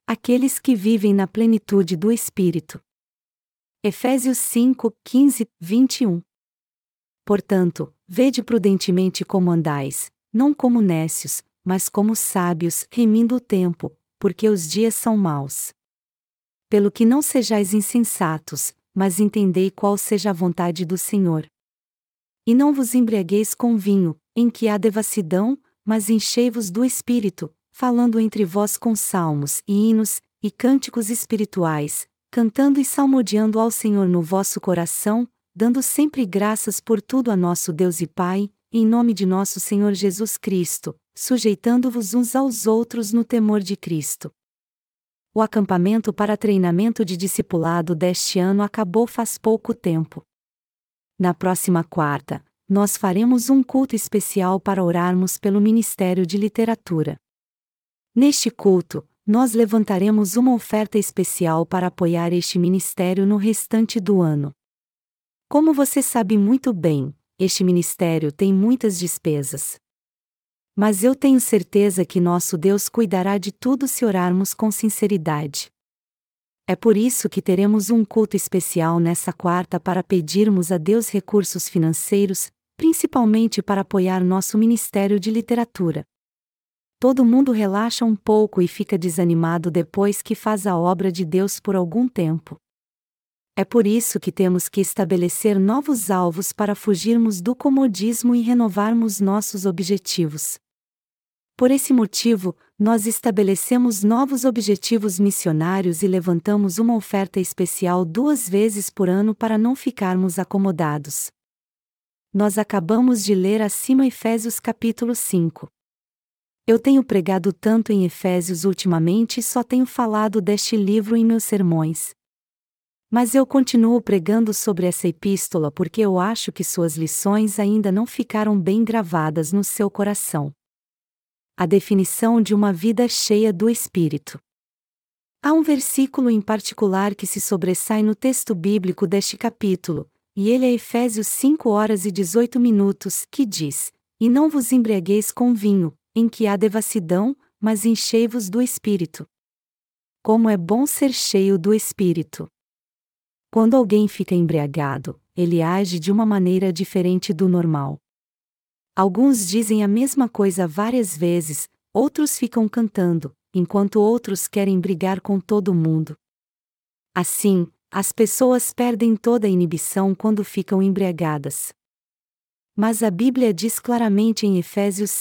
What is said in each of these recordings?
aqueles que vivem na plenitude do Espírito. Efésios 5, 15, 21. Portanto, vede prudentemente como andais, não como nécios, mas como sábios, remindo o tempo, porque os dias são maus. Pelo que não sejais insensatos, mas entendei qual seja a vontade do Senhor. E não vos embriagueis com vinho, em que há devassidão, mas enchei-vos do Espírito, falando entre vós com salmos e hinos, e cânticos espirituais, cantando e salmodiando ao Senhor no vosso coração, dando sempre graças por tudo a nosso Deus e Pai, em nome de nosso Senhor Jesus Cristo, sujeitando-vos uns aos outros no temor de Cristo. O acampamento para treinamento de discipulado deste ano acabou faz pouco tempo. Na próxima quarta, nós faremos um culto especial para orarmos pelo Ministério de Literatura. Neste culto, nós levantaremos uma oferta especial para apoiar este ministério no restante do ano. Como você sabe muito bem, este ministério tem muitas despesas. Mas eu tenho certeza que nosso Deus cuidará de tudo se orarmos com sinceridade. É por isso que teremos um culto especial nessa quarta para pedirmos a Deus recursos financeiros, principalmente para apoiar nosso Ministério de Literatura. Todo mundo relaxa um pouco e fica desanimado depois que faz a obra de Deus por algum tempo. É por isso que temos que estabelecer novos alvos para fugirmos do comodismo e renovarmos nossos objetivos. Por esse motivo, nós estabelecemos novos objetivos missionários e levantamos uma oferta especial 2 vezes por ano para não ficarmos acomodados. Nós acabamos de ler acima Efésios capítulo 5. Eu tenho pregado tanto em Efésios ultimamente e só tenho falado deste livro em meus sermões. Mas eu continuo pregando sobre essa epístola porque eu acho que suas lições ainda não ficaram bem gravadas no seu coração. A definição de uma vida cheia do Espírito. Há um versículo em particular que se sobressai no texto bíblico deste capítulo, e ele é Efésios 5:18, que diz: E não vos embriagueis com vinho, em que há devassidão, mas enchei-vos do Espírito. Como é bom ser cheio do Espírito! Quando alguém fica embriagado, ele age de uma maneira diferente do normal. Alguns dizem a mesma coisa várias vezes, outros ficam cantando, enquanto outros querem brigar com todo mundo. Assim, as pessoas perdem toda a inibição quando ficam embriagadas. Mas a Bíblia diz claramente em Efésios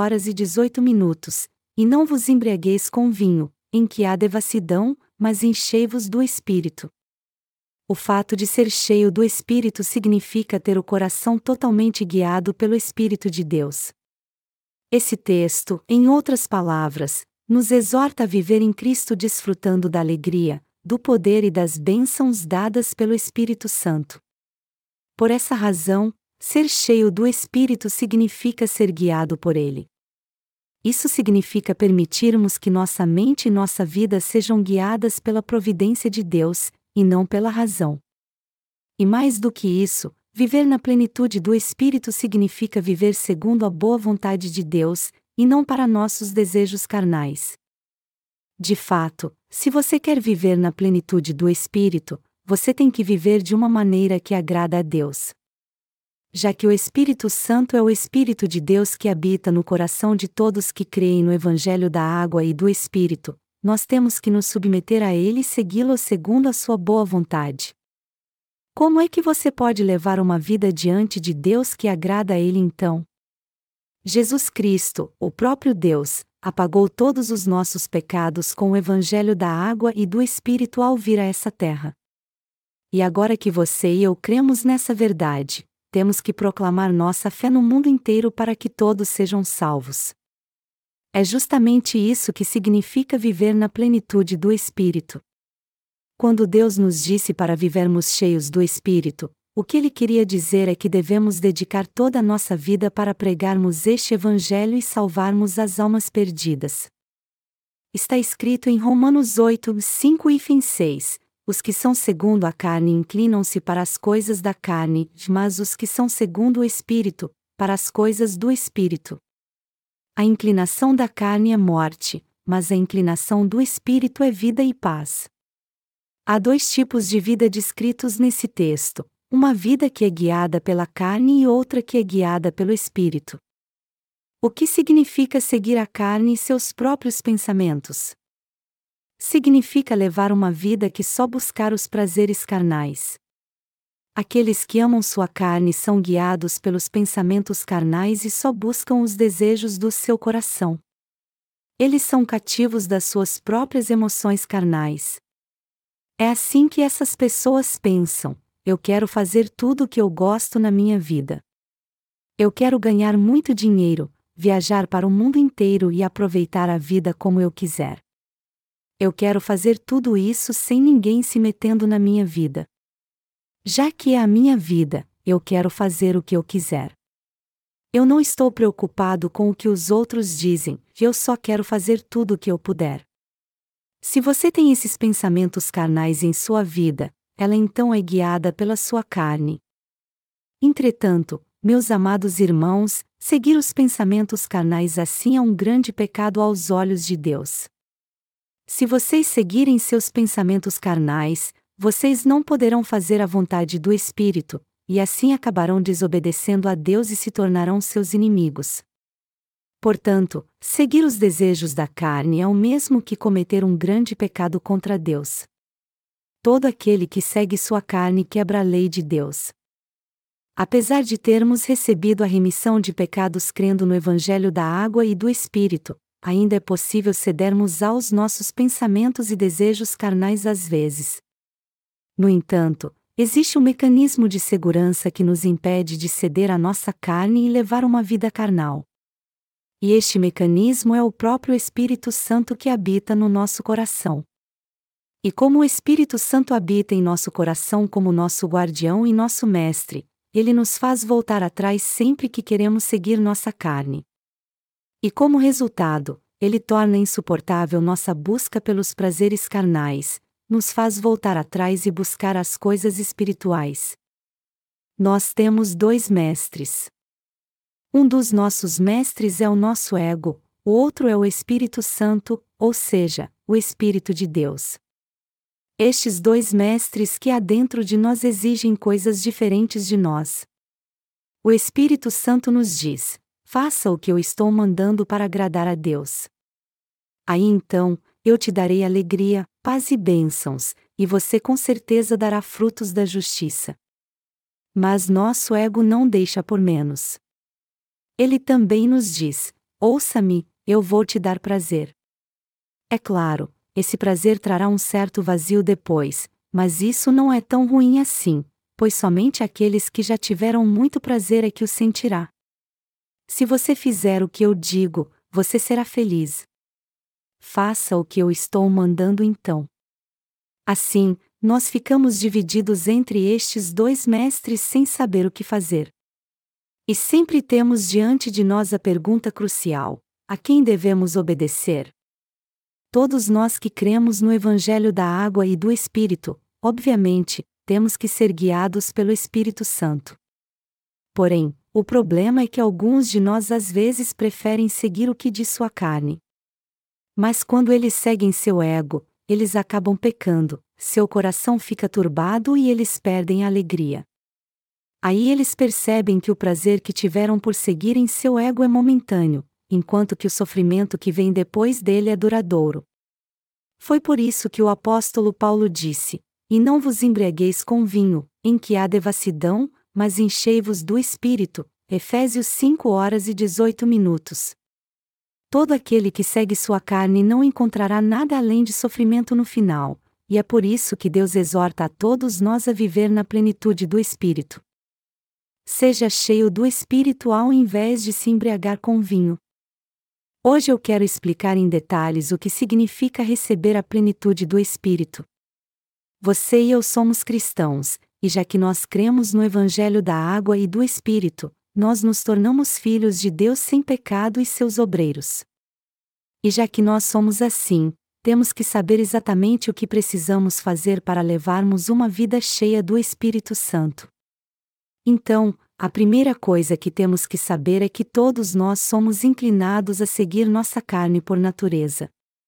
5:18, e não vos embriagueis com vinho, em que há devassidão, mas enchei-vos do Espírito. O fato de ser cheio do Espírito significa ter o coração totalmente guiado pelo Espírito de Deus. Esse texto, em outras palavras, nos exorta a viver em Cristo desfrutando da alegria, do poder e das bênçãos dadas pelo Espírito Santo. Por essa razão, ser cheio do Espírito significa ser guiado por Ele. Isso significa permitirmos que nossa mente e nossa vida sejam guiadas pela providência de Deus, e não pela razão. E mais do que isso, viver na plenitude do Espírito significa viver segundo a boa vontade de Deus, e não para nossos desejos carnais. De fato, se você quer viver na plenitude do Espírito, você tem que viver de uma maneira que agrada a Deus. Já que o Espírito Santo é o Espírito de Deus que habita no coração de todos que creem no Evangelho da Água e do Espírito, nós temos que nos submeter a Ele e segui-lo segundo a sua boa vontade. Como é que você pode levar uma vida diante de Deus que agrada a Ele então? Jesus Cristo, o próprio Deus, apagou todos os nossos pecados com o Evangelho da Água e do Espírito ao vir a essa terra. E agora que você e eu cremos nessa verdade, temos que proclamar nossa fé no mundo inteiro para que todos sejam salvos. É justamente isso que significa viver na plenitude do Espírito. Quando Deus nos disse para vivermos cheios do Espírito, o que Ele queria dizer é que devemos dedicar toda a nossa vida para pregarmos este Evangelho e salvarmos as almas perdidas. Está escrito em Romanos 8:5-6, os que são segundo a carne inclinam-se para as coisas da carne, mas os que são segundo o Espírito, para as coisas do Espírito. A inclinação da carne é morte, mas a inclinação do espírito é vida e paz. Há dois tipos de vida descritos nesse texto: uma vida que é guiada pela carne e outra que é guiada pelo espírito. O que significa seguir a carne e seus próprios pensamentos? Significa levar uma vida que só buscar os prazeres carnais. Aqueles que amam sua carne são guiados pelos pensamentos carnais e só buscam os desejos do seu coração. Eles são cativos das suas próprias emoções carnais. É assim que essas pessoas pensam: eu quero fazer tudo o que eu gosto na minha vida. Eu quero ganhar muito dinheiro, viajar para o mundo inteiro e aproveitar a vida como eu quiser. Eu quero fazer tudo isso sem ninguém se metendo na minha vida. Já que é a minha vida, eu quero fazer o que eu quiser. Eu não estou preocupado com o que os outros dizem, eu só quero fazer tudo o que eu puder. Se você tem esses pensamentos carnais em sua vida, ela então é guiada pela sua carne. Entretanto, meus amados irmãos, seguir os pensamentos carnais assim é um grande pecado aos olhos de Deus. Se vocês seguirem seus pensamentos carnais, vocês não poderão fazer a vontade do Espírito, e assim acabarão desobedecendo a Deus e se tornarão seus inimigos. Portanto, seguir os desejos da carne é o mesmo que cometer um grande pecado contra Deus. Todo aquele que segue sua carne quebra a lei de Deus. Apesar de termos recebido a remissão de pecados crendo no Evangelho da Água e do Espírito, ainda é possível cedermos aos nossos pensamentos e desejos carnais às vezes. No entanto, existe um mecanismo de segurança que nos impede de ceder à nossa carne e levar uma vida carnal. E este mecanismo é o próprio Espírito Santo que habita no nosso coração. E como o Espírito Santo habita em nosso coração como nosso guardião e nosso mestre, ele nos faz voltar atrás sempre que queremos seguir nossa carne. E como resultado, ele torna insuportável nossa busca pelos prazeres carnais, nos faz voltar atrás e buscar as coisas espirituais. Nós temos dois mestres. Um dos nossos mestres é o nosso ego, o outro é o Espírito Santo, ou seja, o Espírito de Deus. Estes dois mestres que há dentro de nós exigem coisas diferentes de nós. O Espírito Santo nos diz: faça o que eu estou mandando para agradar a Deus. Aí então, eu te darei alegria, paz e bênçãos, e você com certeza dará frutos da justiça. Mas nosso ego não deixa por menos. Ele também nos diz: ouça-me, eu vou te dar prazer. É claro, esse prazer trará um certo vazio depois, mas isso não é tão ruim assim, pois somente aqueles que já tiveram muito prazer é que o sentirá. Se você fizer o que eu digo, você será feliz. Faça o que eu estou mandando então. Assim, nós ficamos divididos entre estes dois mestres sem saber o que fazer. E sempre temos diante de nós a pergunta crucial: a quem devemos obedecer? Todos nós que cremos no Evangelho da Água e do Espírito, obviamente, temos que ser guiados pelo Espírito Santo. Porém, o problema é que alguns de nós às vezes preferem seguir o que diz sua carne. Mas quando eles seguem seu ego, eles acabam pecando, seu coração fica turbado e eles perdem a alegria. Aí eles percebem que o prazer que tiveram por seguirem seu ego é momentâneo, enquanto que o sofrimento que vem depois dele é duradouro. Foi por isso que o apóstolo Paulo disse: e não vos embriagueis com vinho, em que há devassidão, mas enchei-vos do Espírito. Efésios 5:18. Todo aquele que segue sua carne não encontrará nada além de sofrimento no final, e é por isso que Deus exorta a todos nós a viver na plenitude do Espírito. Seja cheio do Espírito ao invés de se embriagar com vinho. Hoje eu quero explicar em detalhes o que significa receber a plenitude do Espírito. Você e eu somos cristãos, e já que nós cremos no Evangelho da Água e do Espírito, nós nos tornamos filhos de Deus sem pecado e seus obreiros. E já que nós somos assim, temos que saber exatamente o que precisamos fazer para levarmos uma vida cheia do Espírito Santo. Então, a primeira coisa que temos que saber é que todos nós somos inclinados a seguir nossa carne por natureza.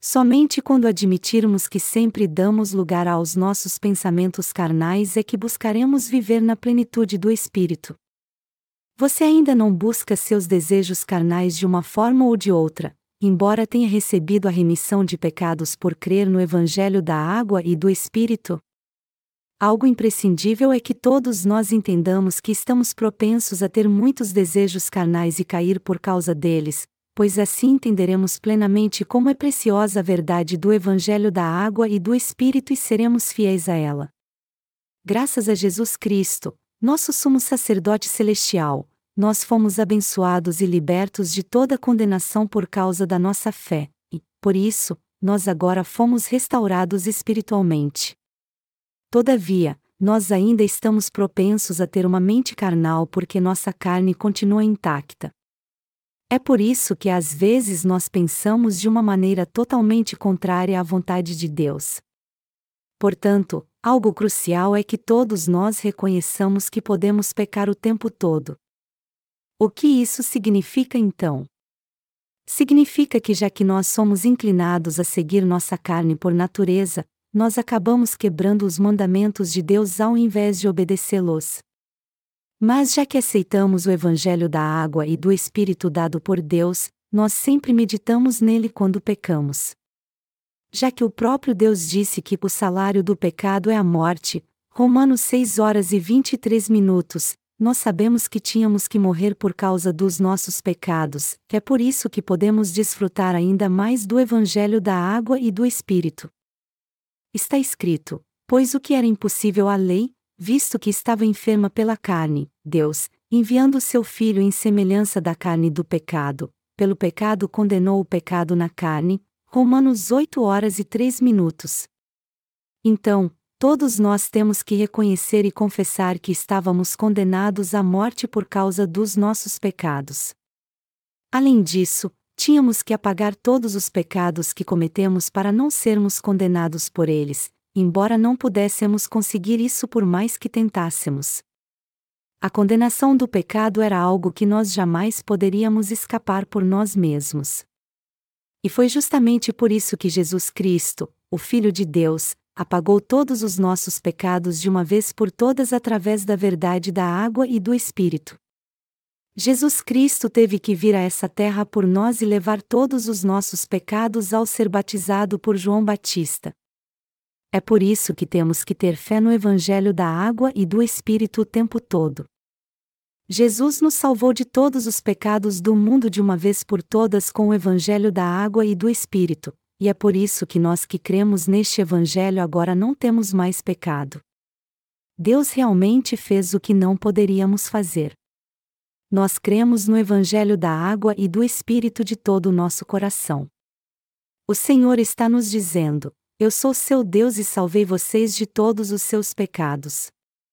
Somente quando admitirmos que sempre damos lugar aos nossos pensamentos carnais é que buscaremos viver na plenitude do Espírito. Você ainda não busca seus desejos carnais de uma forma ou de outra, embora tenha recebido a remissão de pecados por crer no Evangelho da Água e do Espírito? Algo imprescindível é que todos nós entendamos que estamos propensos a ter muitos desejos carnais e cair por causa deles, pois assim entenderemos plenamente como é preciosa a verdade do Evangelho da Água e do Espírito e seremos fiéis a ela. Graças a Jesus Cristo, nosso sumo sacerdote celestial, nós fomos abençoados e libertos de toda condenação por causa da nossa fé, e, por isso, nós agora fomos restaurados espiritualmente. Todavia, nós ainda estamos propensos a ter uma mente carnal porque nossa carne continua intacta. É por isso que às vezes nós pensamos de uma maneira totalmente contrária à vontade de Deus. Portanto, algo crucial é que todos nós reconheçamos que podemos pecar o tempo todo. O que isso significa então? Significa que já que nós somos inclinados a seguir nossa carne por natureza, nós acabamos quebrando os mandamentos de Deus ao invés de obedecê-los. Mas já que aceitamos o Evangelho da Água e do Espírito dado por Deus, nós sempre meditamos nele quando pecamos. Já que o próprio Deus disse que o salário do pecado é a morte, Romanos 6:23, nós sabemos que tínhamos que morrer por causa dos nossos pecados, que é por isso que podemos desfrutar ainda mais do Evangelho da Água e do Espírito. Está escrito: pois o que era impossível à lei, visto que estava enferma pela carne, Deus, enviando seu Filho em semelhança da carne do pecado, pelo pecado condenou o pecado na carne, Romanos 8:03. Então, todos nós temos que reconhecer e confessar que estávamos condenados à morte por causa dos nossos pecados. Além disso, tínhamos que apagar todos os pecados que cometemos para não sermos condenados por eles, embora não pudéssemos conseguir isso por mais que tentássemos. A condenação do pecado era algo que nós jamais poderíamos escapar por nós mesmos. E foi justamente por isso que Jesus Cristo, o Filho de Deus, apagou todos os nossos pecados de uma vez por todas através da verdade da água e do Espírito. Jesus Cristo teve que vir a essa terra por nós e levar todos os nossos pecados ao ser batizado por João Batista. É por isso que temos que ter fé no Evangelho da Água e do Espírito o tempo todo. Jesus nos salvou de todos os pecados do mundo de uma vez por todas com o Evangelho da Água e do Espírito, e é por isso que nós que cremos neste Evangelho agora não temos mais pecado. Deus realmente fez o que não poderíamos fazer. Nós cremos no Evangelho da Água e do Espírito de todo o nosso coração. O Senhor está nos dizendo: eu sou seu Deus e salvei vocês de todos os seus pecados.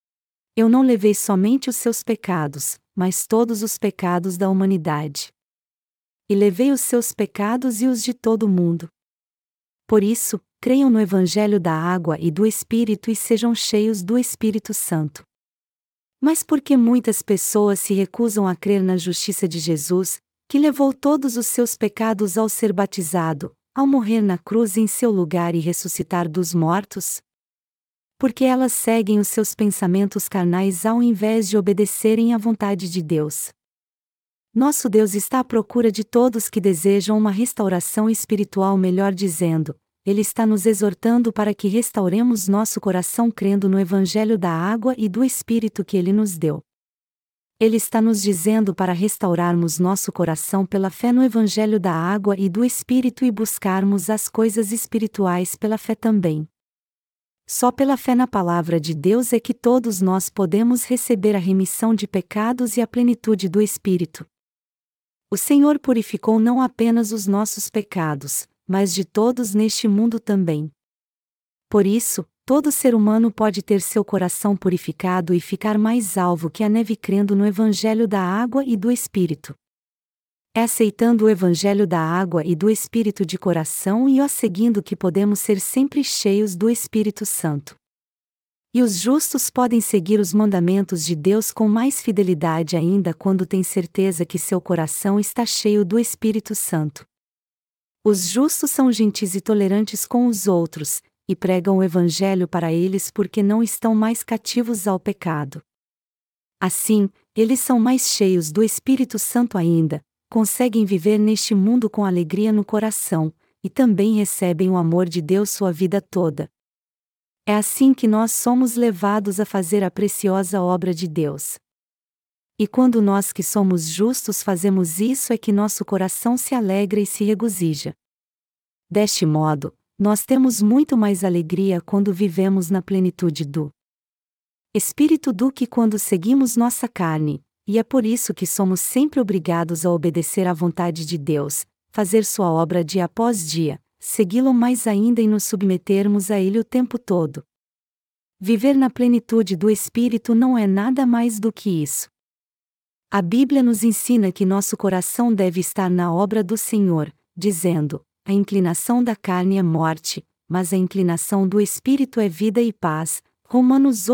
Eu não levei somente os seus pecados, mas todos os pecados da humanidade. E levei os seus pecados e os de todo o mundo. Por isso, creiam no Evangelho da Água e do Espírito e sejam cheios do Espírito Santo. Mas por que muitas pessoas se recusam a crer na justiça de Jesus, que levou todos os seus pecados ao ser batizado, ao morrer na cruz em seu lugar e ressuscitar dos mortos? Porque elas seguem os seus pensamentos carnais ao invés de obedecerem à vontade de Deus. Nosso Deus está à procura de todos que desejam uma restauração espiritual, melhor dizendo, Ele está nos exortando para que restauremos nosso coração crendo no Evangelho da Água e do Espírito que Ele nos deu. Ele está nos dizendo para restaurarmos nosso coração pela fé no Evangelho da Água e do Espírito e buscarmos as coisas espirituais pela fé também. Só pela fé na Palavra de Deus é que todos nós podemos receber a remissão de pecados e a plenitude do Espírito. O Senhor purificou não apenas os nossos pecados, mas de todos neste mundo também. Por isso, todo ser humano pode ter seu coração purificado e ficar mais alvo que a neve crendo no Evangelho da Água e do Espírito. É aceitando o Evangelho da Água e do Espírito de coração e o seguindo que podemos ser sempre cheios do Espírito Santo. E os justos podem seguir os mandamentos de Deus com mais fidelidade ainda quando têm certeza que seu coração está cheio do Espírito Santo. Os justos são gentis e tolerantes com os outros, e pregam o Evangelho para eles porque não estão mais cativos ao pecado. Assim, eles são mais cheios do Espírito Santo ainda, conseguem viver neste mundo com alegria no coração, e também recebem o amor de Deus sua vida toda. É assim que nós somos levados a fazer a preciosa obra de Deus. E quando nós que somos justos fazemos isso é que nosso coração se alegra e se regozija. Deste modo, nós temos muito mais alegria quando vivemos na plenitude do Espírito do que quando seguimos nossa carne, e é por isso que somos sempre obrigados a obedecer à vontade de Deus, fazer sua obra dia após dia, segui-lo mais ainda e nos submetermos a Ele o tempo todo. Viver na plenitude do Espírito não é nada mais do que isso. A Bíblia nos ensina que nosso coração deve estar na obra do Senhor, dizendo: a inclinação da carne é morte, mas a inclinação do Espírito é vida e paz. Romanos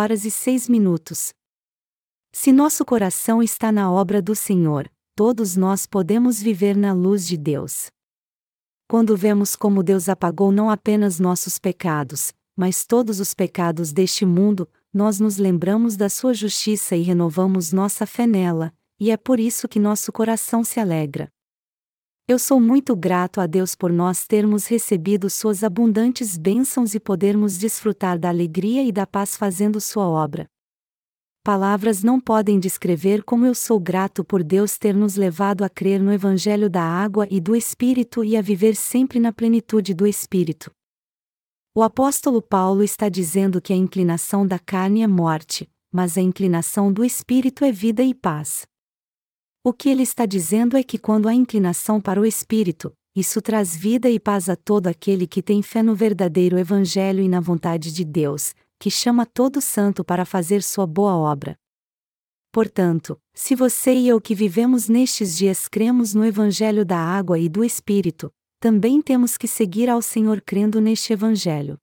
8h06. Se nosso coração está na obra do Senhor, todos nós podemos viver na luz de Deus. Quando vemos como Deus apagou não apenas nossos pecados, mas todos os pecados deste mundo, nós nos lembramos da sua justiça e renovamos nossa fé nela, e é por isso que nosso coração se alegra. Eu sou muito grato a Deus por nós termos recebido suas abundantes bênçãos e podermos desfrutar da alegria e da paz fazendo sua obra. Palavras não podem descrever como eu sou grato por Deus ter nos levado a crer no Evangelho da água e do Espírito e a viver sempre na plenitude do Espírito. O apóstolo Paulo está dizendo que a inclinação da carne é morte, mas a inclinação do Espírito é vida e paz. O que ele está dizendo é que quando há inclinação para o Espírito, isso traz vida e paz a todo aquele que tem fé no verdadeiro Evangelho e na vontade de Deus, que chama todo santo para fazer sua boa obra. Portanto, se você e eu que vivemos nestes dias cremos no Evangelho da água e do Espírito, também temos que seguir ao Senhor crendo neste Evangelho.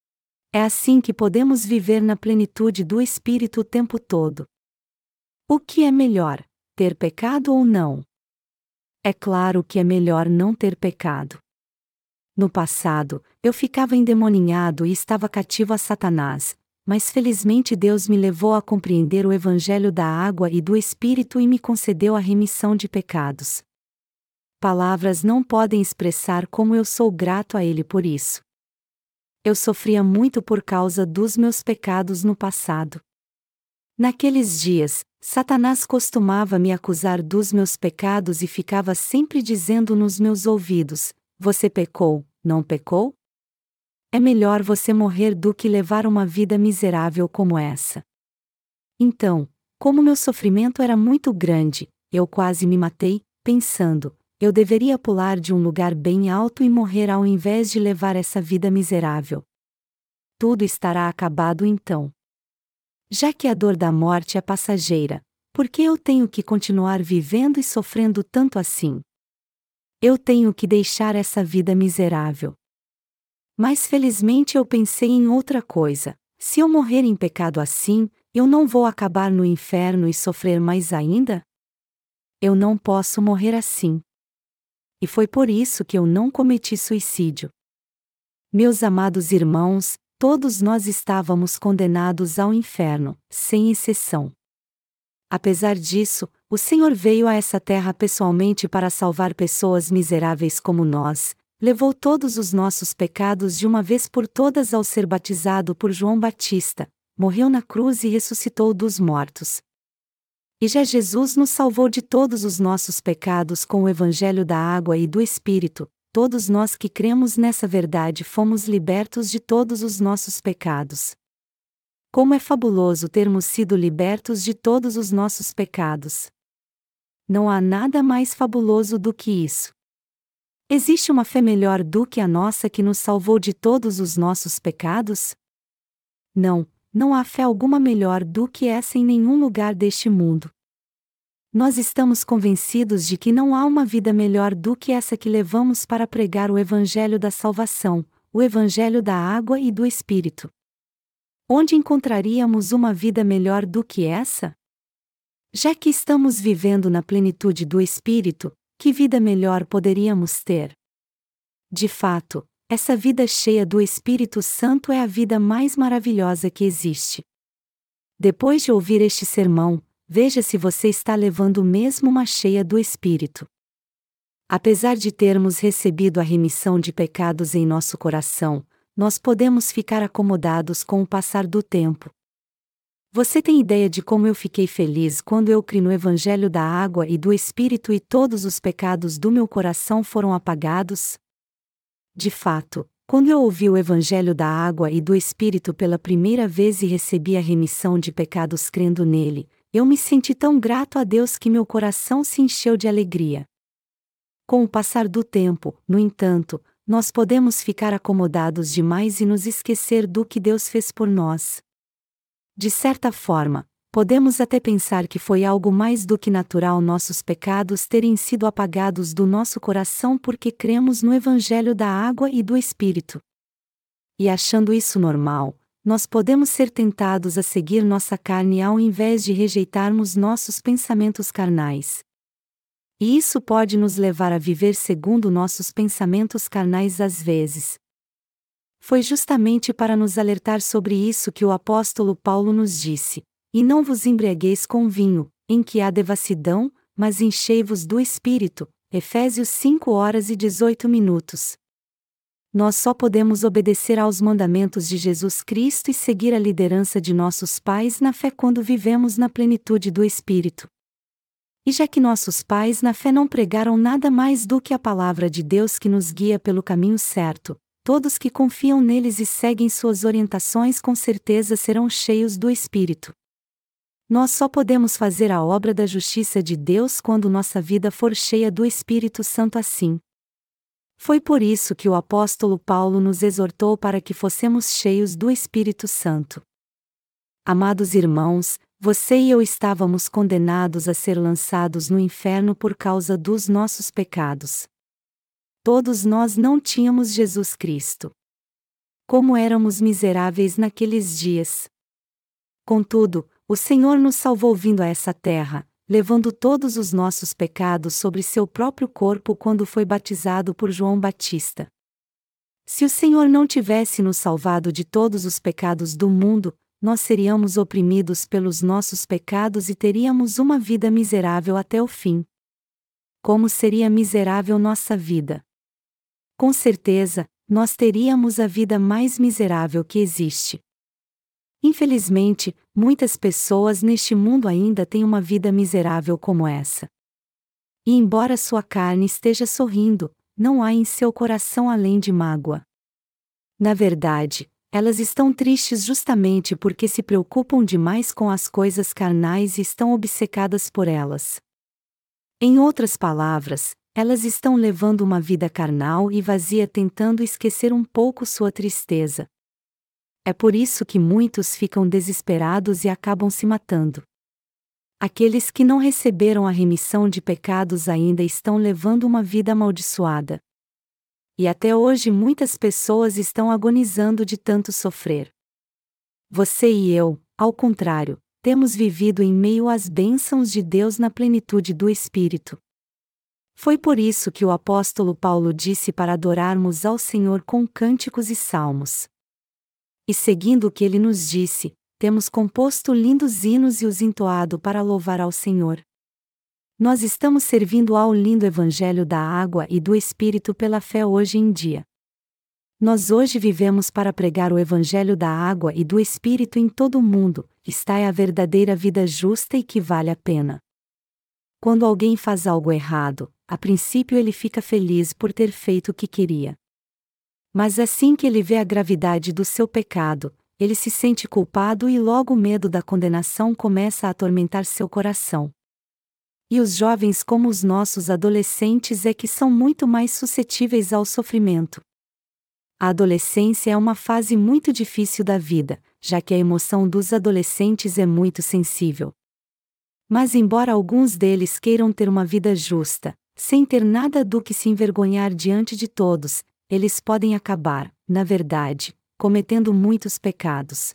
É assim que podemos viver na plenitude do Espírito o tempo todo. O que é melhor? Ter pecado ou não? É claro que é melhor não ter pecado. No passado, eu ficava endemoninhado e estava cativo a Satanás, mas felizmente Deus me levou a compreender o Evangelho da água e do Espírito e me concedeu a remissão de pecados. Palavras não podem expressar como eu sou grato a Ele por isso. Eu sofria muito por causa dos meus pecados no passado. Naqueles dias, Satanás costumava me acusar dos meus pecados e ficava sempre dizendo nos meus ouvidos: você pecou, não pecou? É melhor você morrer do que levar uma vida miserável como essa. Então, como meu sofrimento era muito grande, eu quase me matei, pensando: eu deveria pular de um lugar bem alto e morrer ao invés de levar essa vida miserável. Tudo estará acabado então. Já que a dor da morte é passageira, por que eu tenho que continuar vivendo e sofrendo tanto assim? Eu tenho que deixar essa vida miserável. Mas felizmente eu pensei em outra coisa: se eu morrer em pecado assim, eu não vou acabar no inferno e sofrer mais ainda? Eu não posso morrer assim. E foi por isso que eu não cometi suicídio. Meus amados irmãos, todos nós estávamos condenados ao inferno, sem exceção. Apesar disso, o Senhor veio a essa terra pessoalmente para salvar pessoas miseráveis como nós, levou todos os nossos pecados de uma vez por todas ao ser batizado por João Batista, morreu na cruz e ressuscitou dos mortos. E já Jesus nos salvou de todos os nossos pecados com o Evangelho da água e do Espírito. Todos nós que cremos nessa verdade fomos libertos de todos os nossos pecados. Como é fabuloso termos sido libertos de todos os nossos pecados! Não há nada mais fabuloso do que isso. Existe uma fé melhor do que a nossa que nos salvou de todos os nossos pecados? Não, não há fé alguma melhor do que essa em nenhum lugar deste mundo. Nós estamos convencidos de que não há uma vida melhor do que essa que levamos para pregar o Evangelho da salvação, o Evangelho da água e do Espírito. Onde encontraríamos uma vida melhor do que essa? Já que estamos vivendo na plenitude do Espírito, que vida melhor poderíamos ter? De fato, essa vida cheia do Espírito Santo é a vida mais maravilhosa que existe. Depois de ouvir este sermão, veja se você está levando mesmo uma cheia do Espírito. Apesar de termos recebido a remissão de pecados em nosso coração, nós podemos ficar acomodados com o passar do tempo. Você tem ideia de como eu fiquei feliz quando eu criei no Evangelho da Água e do Espírito e todos os pecados do meu coração foram apagados? De fato, quando eu ouvi o Evangelho da Água e do Espírito pela primeira vez e recebi a remissão de pecados crendo nele, eu me senti tão grato a Deus que meu coração se encheu de alegria. Com o passar do tempo, no entanto, nós podemos ficar acomodados demais e nos esquecer do que Deus fez por nós. De certa forma, podemos até pensar que foi algo mais do que natural nossos pecados terem sido apagados do nosso coração porque cremos no Evangelho da Água e do Espírito. E achando isso normal, nós podemos ser tentados a seguir nossa carne ao invés de rejeitarmos nossos pensamentos carnais. E isso pode nos levar a viver segundo nossos pensamentos carnais às vezes. Foi justamente para nos alertar sobre isso que o apóstolo Paulo nos disse: "E não vos embriagueis com vinho, em que há devassidão, mas enchei-vos do Espírito." Efésios 5:18. Nós só podemos obedecer aos mandamentos de Jesus Cristo e seguir a liderança de nossos pais na fé quando vivemos na plenitude do Espírito. E já que nossos pais na fé não pregaram nada mais do que a palavra de Deus que nos guia pelo caminho certo, todos que confiam neles e seguem suas orientações com certeza serão cheios do Espírito. Nós só podemos fazer a obra da justiça de Deus quando nossa vida for cheia do Espírito Santo assim. Foi por isso que o apóstolo Paulo nos exortou para que fossemos cheios do Espírito Santo. Amados irmãos, você e eu estávamos condenados a ser lançados no inferno por causa dos nossos pecados. Todos nós não tínhamos Jesus Cristo. Como éramos miseráveis naqueles dias! Contudo, o Senhor nos salvou vindo a essa terra, levando todos os nossos pecados sobre seu próprio corpo quando foi batizado por João Batista. Se o Senhor não tivesse nos salvado de todos os pecados do mundo, nós seríamos oprimidos pelos nossos pecados e teríamos uma vida miserável até o fim. Como seria miserável nossa vida? Com certeza, nós teríamos a vida mais miserável que existe. Infelizmente, muitas pessoas neste mundo ainda têm uma vida miserável como essa. E embora sua carne esteja sorrindo, não há em seu coração além de mágoa. Na verdade, elas estão tristes justamente porque se preocupam demais com as coisas carnais e estão obcecadas por elas. Em outras palavras, elas estão levando uma vida carnal e vazia tentando esquecer um pouco sua tristeza. É por isso que muitos ficam desesperados e acabam se matando. Aqueles que não receberam a remissão de pecados ainda estão levando uma vida amaldiçoada. E até hoje muitas pessoas estão agonizando de tanto sofrer. Você e eu, ao contrário, temos vivido em meio às bênçãos de Deus na plenitude do Espírito. Foi por isso que o apóstolo Paulo disse para adorarmos ao Senhor com cânticos e salmos. E seguindo o que ele nos disse, temos composto lindos hinos e os entoado para louvar ao Senhor. Nós estamos servindo ao lindo Evangelho da Água e do Espírito pela fé hoje em dia. Nós hoje vivemos para pregar o Evangelho da Água e do Espírito em todo o mundo. Esta é a verdadeira vida justa e que vale a pena. Quando alguém faz algo errado, a princípio ele fica feliz por ter feito o que queria. Mas assim que ele vê a gravidade do seu pecado, ele se sente culpado e logo o medo da condenação começa a atormentar seu coração. E os jovens como os nossos adolescentes é que são muito mais suscetíveis ao sofrimento. A adolescência é uma fase muito difícil da vida, já que a emoção dos adolescentes é muito sensível. Mas embora alguns deles queiram ter uma vida justa, sem ter nada do que se envergonhar diante de todos, eles podem acabar, na verdade, cometendo muitos pecados.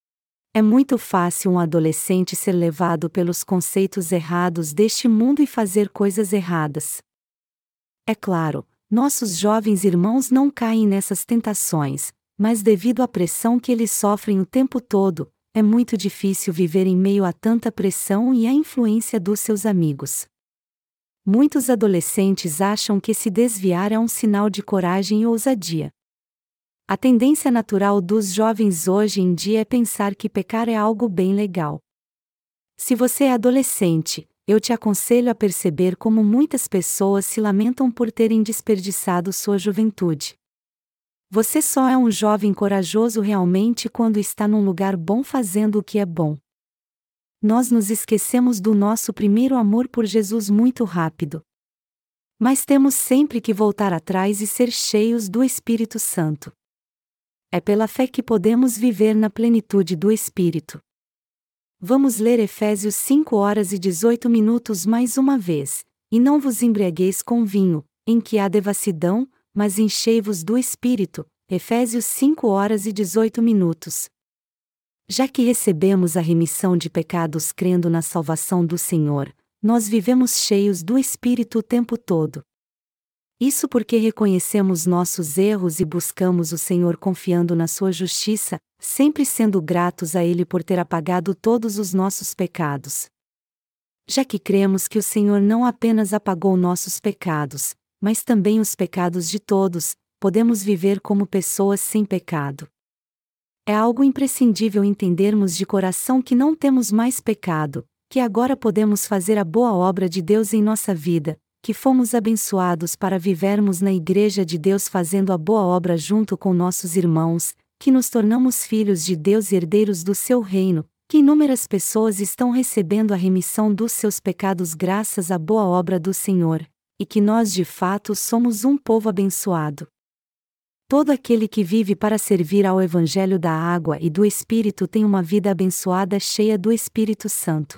É muito fácil um adolescente ser levado pelos conceitos errados deste mundo e fazer coisas erradas. É claro, nossos jovens irmãos não caem nessas tentações, mas devido à pressão que eles sofrem o tempo todo, é muito difícil viver em meio a tanta pressão e à influência dos seus amigos. Muitos adolescentes acham que se desviar é um sinal de coragem e ousadia. A tendência natural dos jovens hoje em dia é pensar que pecar é algo bem legal. Se você é adolescente, eu te aconselho a perceber como muitas pessoas se lamentam por terem desperdiçado sua juventude. Você só é um jovem corajoso realmente quando está num lugar bom fazendo o que é bom. Nós nos esquecemos do nosso primeiro amor por Jesus muito rápido. Mas temos sempre que voltar atrás e ser cheios do Espírito Santo. É pela fé que podemos viver na plenitude do Espírito. Vamos ler Efésios 5:18 mais uma vez. E não vos embriagueis com vinho, em que há devassidão, mas enchei-vos do Espírito. Efésios 5:18. Já que recebemos a remissão de pecados crendo na salvação do Senhor, nós vivemos cheios do Espírito o tempo todo. Isso porque reconhecemos nossos erros e buscamos o Senhor confiando na sua justiça, sempre sendo gratos a Ele por ter apagado todos os nossos pecados. Já que cremos que o Senhor não apenas apagou nossos pecados, mas também os pecados de todos, podemos viver como pessoas sem pecado. É algo imprescindível entendermos de coração que não temos mais pecado, que agora podemos fazer a boa obra de Deus em nossa vida, que fomos abençoados para vivermos na Igreja de Deus fazendo a boa obra junto com nossos irmãos, que nos tornamos filhos de Deus e herdeiros do seu reino, que inúmeras pessoas estão recebendo a remissão dos seus pecados graças à boa obra do Senhor, e que nós de fato somos um povo abençoado. Todo aquele que vive para servir ao Evangelho da água e do Espírito tem uma vida abençoada cheia do Espírito Santo.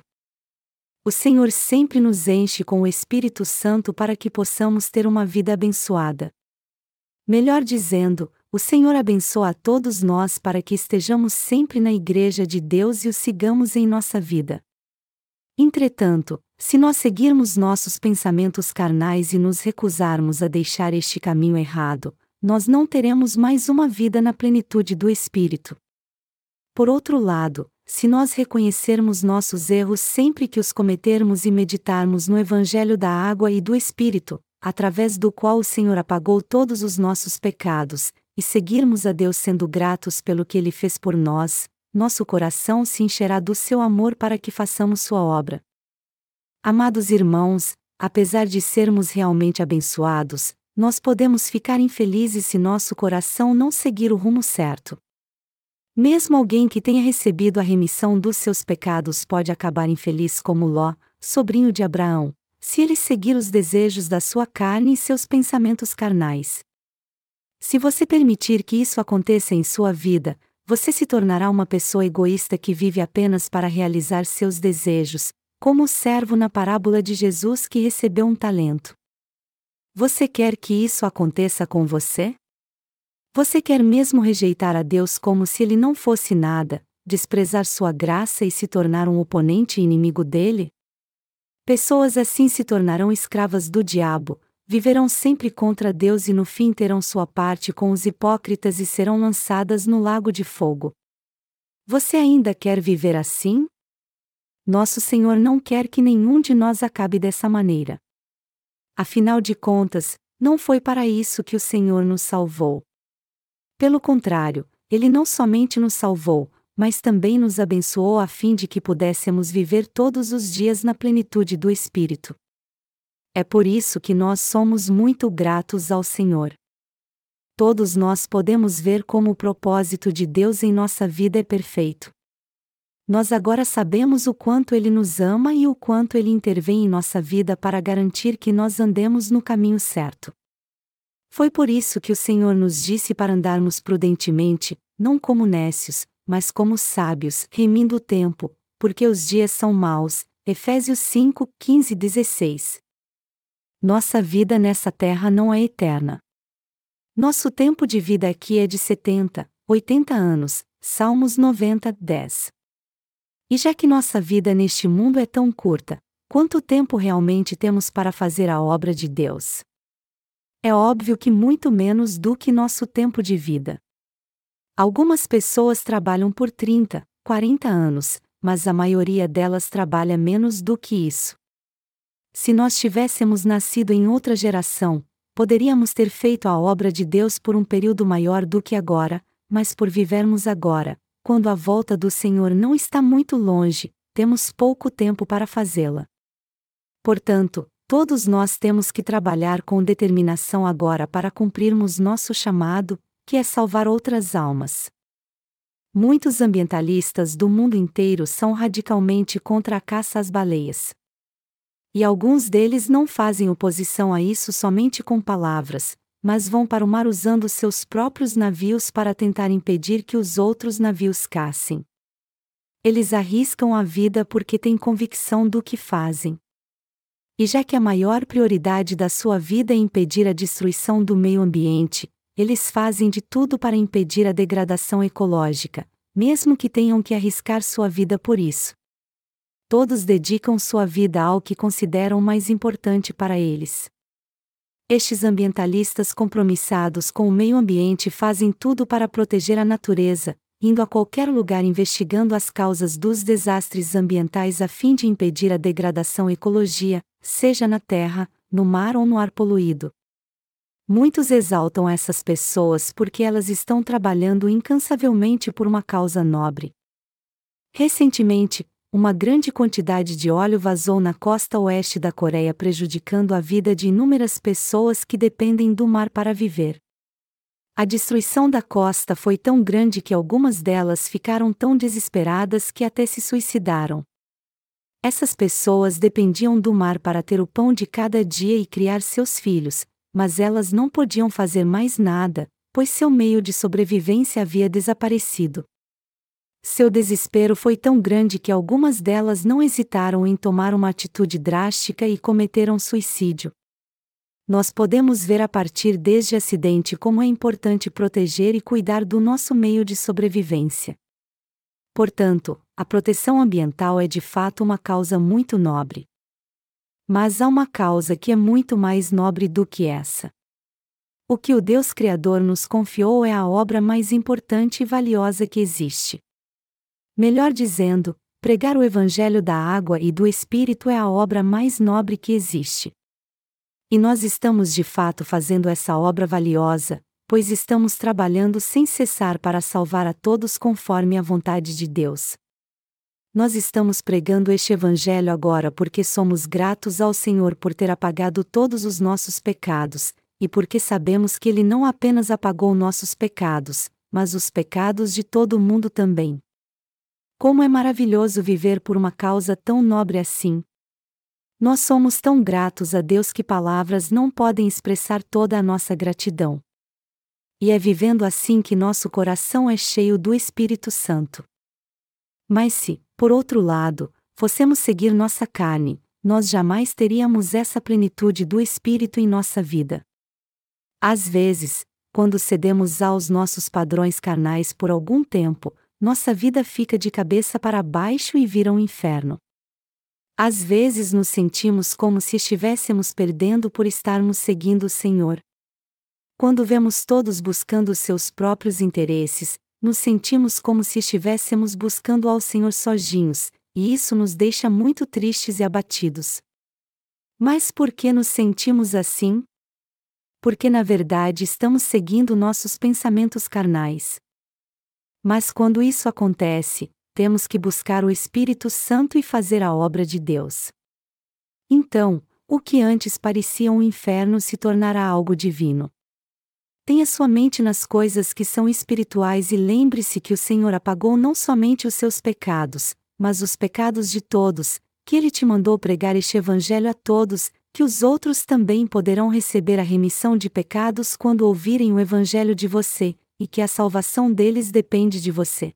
O Senhor sempre nos enche com o Espírito Santo para que possamos ter uma vida abençoada. Melhor dizendo, o Senhor abençoa a todos nós para que estejamos sempre na Igreja de Deus e o sigamos em nossa vida. Entretanto, se nós seguirmos nossos pensamentos carnais e nos recusarmos a deixar este caminho errado, nós não teremos mais uma vida na plenitude do Espírito. Por outro lado, se nós reconhecermos nossos erros sempre que os cometermos e meditarmos no Evangelho da água e do Espírito, através do qual o Senhor apagou todos os nossos pecados, e seguirmos a Deus sendo gratos pelo que Ele fez por nós, nosso coração se encherá do seu amor para que façamos sua obra. Amados irmãos, apesar de sermos realmente abençoados, nós podemos ficar infelizes se nosso coração não seguir o rumo certo. Mesmo alguém que tenha recebido a remissão dos seus pecados pode acabar infeliz como Ló, sobrinho de Abraão, se ele seguir os desejos da sua carne e seus pensamentos carnais. Se você permitir que isso aconteça em sua vida, você se tornará uma pessoa egoísta que vive apenas para realizar seus desejos, como o servo na parábola de Jesus que recebeu um talento. Você quer que isso aconteça com você? Você quer mesmo rejeitar a Deus como se Ele não fosse nada, desprezar sua graça e se tornar um oponente e inimigo dele? Pessoas assim se tornarão escravas do diabo, viverão sempre contra Deus e no fim terão sua parte com os hipócritas e serão lançadas no lago de fogo. Você ainda quer viver assim? Nosso Senhor não quer que nenhum de nós acabe dessa maneira. Afinal de contas, não foi para isso que o Senhor nos salvou. Pelo contrário, Ele não somente nos salvou, mas também nos abençoou a fim de que pudéssemos viver todos os dias na plenitude do Espírito. É por isso que nós somos muito gratos ao Senhor. Todos nós podemos ver como o propósito de Deus em nossa vida é perfeito. Nós agora sabemos o quanto Ele nos ama e o quanto Ele intervém em nossa vida para garantir que nós andemos no caminho certo. Foi por isso que o Senhor nos disse para andarmos prudentemente, não como nécios, mas como sábios, remindo o tempo, porque os dias são maus. Efésios 5:15-16. Nossa vida nessa terra não é eterna. Nosso tempo de vida aqui é de 70, 80 anos, Salmos 90:10. E já que nossa vida neste mundo é tão curta, quanto tempo realmente temos para fazer a obra de Deus? É óbvio que muito menos do que nosso tempo de vida. Algumas pessoas trabalham por 30, 40 anos, mas a maioria delas trabalha menos do que isso. Se nós tivéssemos nascido em outra geração, poderíamos ter feito a obra de Deus por um período maior do que agora, mas por vivermos agora, quando a volta do Senhor não está muito longe, temos pouco tempo para fazê-la. Portanto, todos nós temos que trabalhar com determinação agora para cumprirmos nosso chamado, que é salvar outras almas. Muitos ambientalistas do mundo inteiro são radicalmente contra a caça às baleias. E alguns deles não fazem oposição a isso somente com palavras, mas vão para o mar usando seus próprios navios para tentar impedir que os outros navios caçem. Eles arriscam a vida porque têm convicção do que fazem. E já que a maior prioridade da sua vida é impedir a destruição do meio ambiente, eles fazem de tudo para impedir a degradação ecológica, mesmo que tenham que arriscar sua vida por isso. Todos dedicam sua vida ao que consideram mais importante para eles. Estes ambientalistas compromissados com o meio ambiente fazem tudo para proteger a natureza, indo a qualquer lugar investigando as causas dos desastres ambientais a fim de impedir a degradação ecologia, seja na terra, no mar ou no ar poluído. Muitos exaltam essas pessoas porque elas estão trabalhando incansavelmente por uma causa nobre. Recentemente, uma grande quantidade de óleo vazou na costa oeste da Coreia, prejudicando a vida de inúmeras pessoas que dependem do mar para viver. A destruição da costa foi tão grande que algumas delas ficaram tão desesperadas que até se suicidaram. Essas pessoas dependiam do mar para ter o pão de cada dia e criar seus filhos, mas elas não podiam fazer mais nada, pois seu meio de sobrevivência havia desaparecido. Seu desespero foi tão grande que algumas delas não hesitaram em tomar uma atitude drástica e cometeram suicídio. Nós podemos ver a partir deste acidente como é importante proteger e cuidar do nosso meio de sobrevivência. Portanto, a proteção ambiental é de fato uma causa muito nobre. Mas há uma causa que é muito mais nobre do que essa. O que o Deus Criador nos confiou é a obra mais importante e valiosa que existe. Melhor dizendo, pregar o Evangelho da água e do Espírito é a obra mais nobre que existe. E nós estamos de fato fazendo essa obra valiosa, pois estamos trabalhando sem cessar para salvar a todos conforme a vontade de Deus. Nós estamos pregando este Evangelho agora porque somos gratos ao Senhor por ter apagado todos os nossos pecados, e porque sabemos que Ele não apenas apagou nossos pecados, mas os pecados de todo o mundo também. Como é maravilhoso viver por uma causa tão nobre assim! Nós somos tão gratos a Deus que palavras não podem expressar toda a nossa gratidão. E é vivendo assim que nosso coração é cheio do Espírito Santo. Mas se, por outro lado, fossemos seguir nossa carne, nós jamais teríamos essa plenitude do Espírito em nossa vida. Às vezes, quando cedemos aos nossos padrões carnais por algum tempo, nossa vida fica de cabeça para baixo e vira um inferno. Às vezes nos sentimos como se estivéssemos perdendo por estarmos seguindo o Senhor. Quando vemos todos buscando os seus próprios interesses, nos sentimos como se estivéssemos buscando ao Senhor sozinhos, e isso nos deixa muito tristes e abatidos. Mas por que nos sentimos assim? Porque na verdade estamos seguindo nossos pensamentos carnais. Mas quando isso acontece, temos que buscar o Espírito Santo e fazer a obra de Deus. Então, o que antes parecia um inferno se tornará algo divino. Tenha sua mente nas coisas que são espirituais e lembre-se que o Senhor apagou não somente os seus pecados, mas os pecados de todos, que Ele te mandou pregar este Evangelho a todos, que os outros também poderão receber a remissão de pecados quando ouvirem o Evangelho de você, e que a salvação deles depende de você.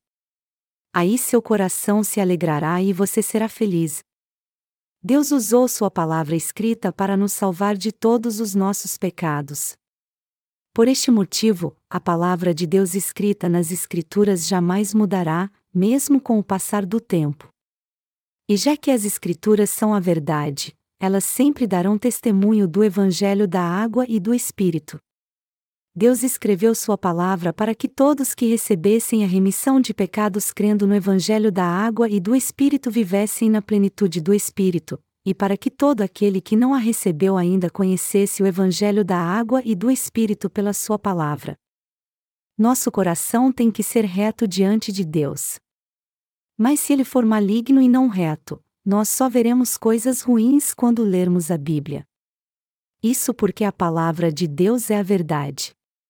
Aí seu coração se alegrará e você será feliz. Deus usou sua palavra escrita para nos salvar de todos os nossos pecados. Por este motivo, a palavra de Deus escrita nas Escrituras jamais mudará, mesmo com o passar do tempo. E já que as Escrituras são a verdade, elas sempre darão testemunho do Evangelho da água e do Espírito. Deus escreveu sua palavra para que todos que recebessem a remissão de pecados crendo no Evangelho da água e do Espírito vivessem na plenitude do Espírito, e para que todo aquele que não a recebeu ainda conhecesse o Evangelho da água e do Espírito pela sua palavra. Nosso coração tem que ser reto diante de Deus. Mas se ele for maligno e não reto, nós só veremos coisas ruins quando lermos a Bíblia. Isso porque a palavra de Deus é a verdade.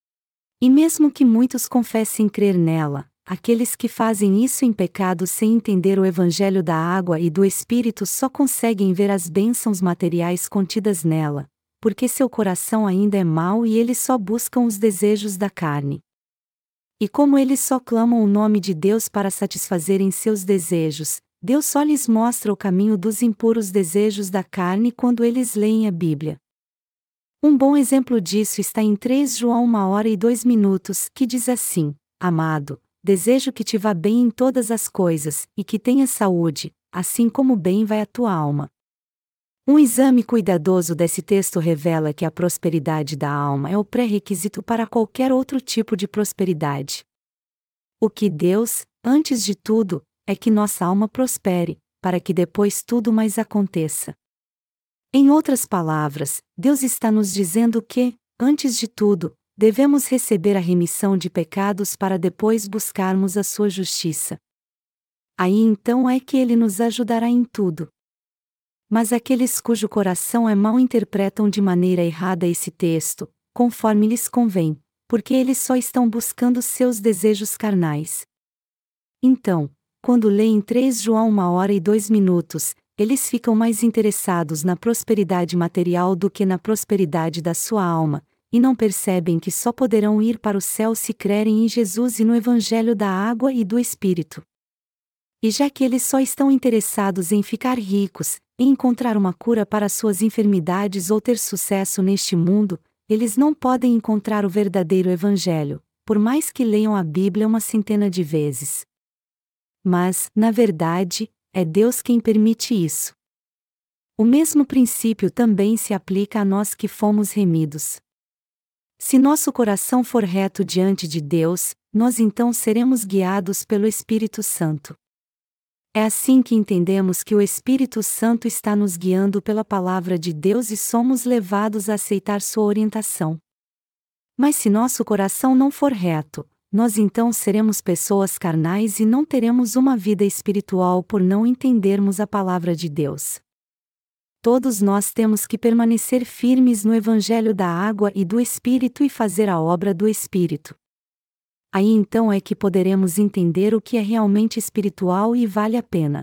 E mesmo que muitos confessem crer nela, aqueles que fazem isso em pecado sem entender o Evangelho da água e do Espírito só conseguem ver as bênçãos materiais contidas nela, porque seu coração ainda é mau e eles só buscam os desejos da carne. E como eles só clamam o nome de Deus para satisfazerem seus desejos, Deus só lhes mostra o caminho dos impuros desejos da carne quando eles leem a Bíblia. Um bom exemplo disso está em 3 João 1h02, que diz assim: Amado, desejo que te vá bem em todas as coisas, e que tenhas saúde, assim como bem vai a tua alma. Um exame cuidadoso desse texto revela que a prosperidade da alma é o pré-requisito para qualquer outro tipo de prosperidade. O que Deus, antes de tudo, é que nossa alma prospere, para que depois tudo mais aconteça. Em outras palavras, Deus está nos dizendo que, antes de tudo, devemos receber a remissão de pecados para depois buscarmos a sua justiça. Aí então é que Ele nos ajudará em tudo. Mas aqueles cujo coração é mau interpretam de maneira errada esse texto, conforme lhes convém, porque eles só estão buscando seus desejos carnais. Então, quando leem 3 João 1h02, eles ficam mais interessados na prosperidade material do que na prosperidade da sua alma, e não percebem que só poderão ir para o céu se crerem em Jesus e no Evangelho da água e do Espírito. E já que eles só estão interessados em ficar ricos, em encontrar uma cura para suas enfermidades ou ter sucesso neste mundo, eles não podem encontrar o verdadeiro Evangelho, por mais que leiam a Bíblia uma centena de vezes. Mas, na verdade, é Deus quem permite isso. O mesmo princípio também se aplica a nós que fomos remidos. Se nosso coração for reto diante de Deus, nós então seremos guiados pelo Espírito Santo. É assim que entendemos que o Espírito Santo está nos guiando pela palavra de Deus e somos levados a aceitar sua orientação. Mas se nosso coração não for reto, nós então seremos pessoas carnais e não teremos uma vida espiritual por não entendermos a palavra de Deus. Todos nós temos que permanecer firmes no Evangelho da água e do Espírito e fazer a obra do Espírito. Aí então é que poderemos entender o que é realmente espiritual e vale a pena.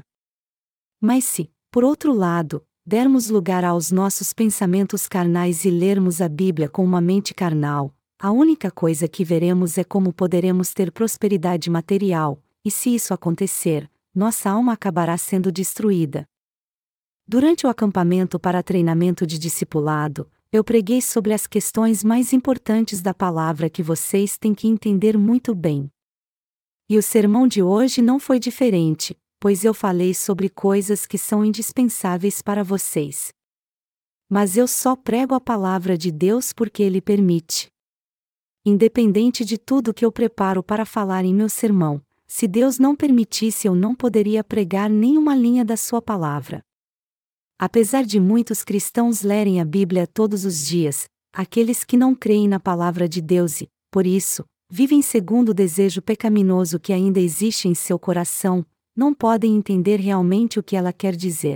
Mas se, por outro lado, dermos lugar aos nossos pensamentos carnais e lermos a Bíblia com uma mente carnal, a única coisa que veremos é como poderemos ter prosperidade material, e se isso acontecer, nossa alma acabará sendo destruída. Durante o acampamento para treinamento de discipulado, eu preguei sobre as questões mais importantes da palavra que vocês têm que entender muito bem. E o sermão de hoje não foi diferente, pois eu falei sobre coisas que são indispensáveis para vocês. Mas eu só prego a palavra de Deus porque Ele permite. Independente de tudo que eu preparo para falar em meu sermão, se Deus não permitisse eu não poderia pregar nenhuma linha da sua palavra. Apesar de muitos cristãos lerem a Bíblia todos os dias, aqueles que não creem na palavra de Deus e, por isso, vivem segundo o desejo pecaminoso que ainda existe em seu coração, não podem entender realmente o que ela quer dizer.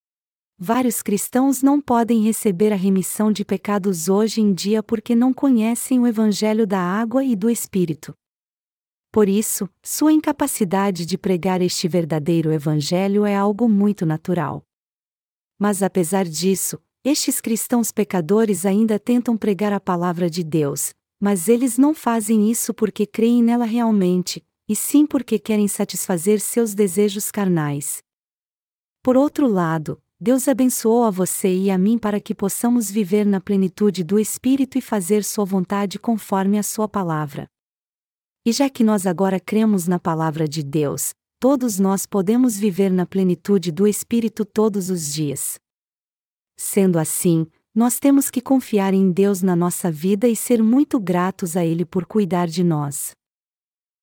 Vários cristãos não podem receber a remissão de pecados hoje em dia porque não conhecem o Evangelho da água e do Espírito. Por isso, sua incapacidade de pregar este verdadeiro Evangelho é algo muito natural. Mas apesar disso, estes cristãos pecadores ainda tentam pregar a palavra de Deus, mas eles não fazem isso porque creem nela realmente, e sim porque querem satisfazer seus desejos carnais. Por outro lado, Deus abençoou a você e a mim para que possamos viver na plenitude do Espírito e fazer sua vontade conforme a sua palavra. E já que nós agora cremos na palavra de Deus, todos nós podemos viver na plenitude do Espírito todos os dias. Sendo assim, nós temos que confiar em Deus na nossa vida e ser muito gratos a Ele por cuidar de nós.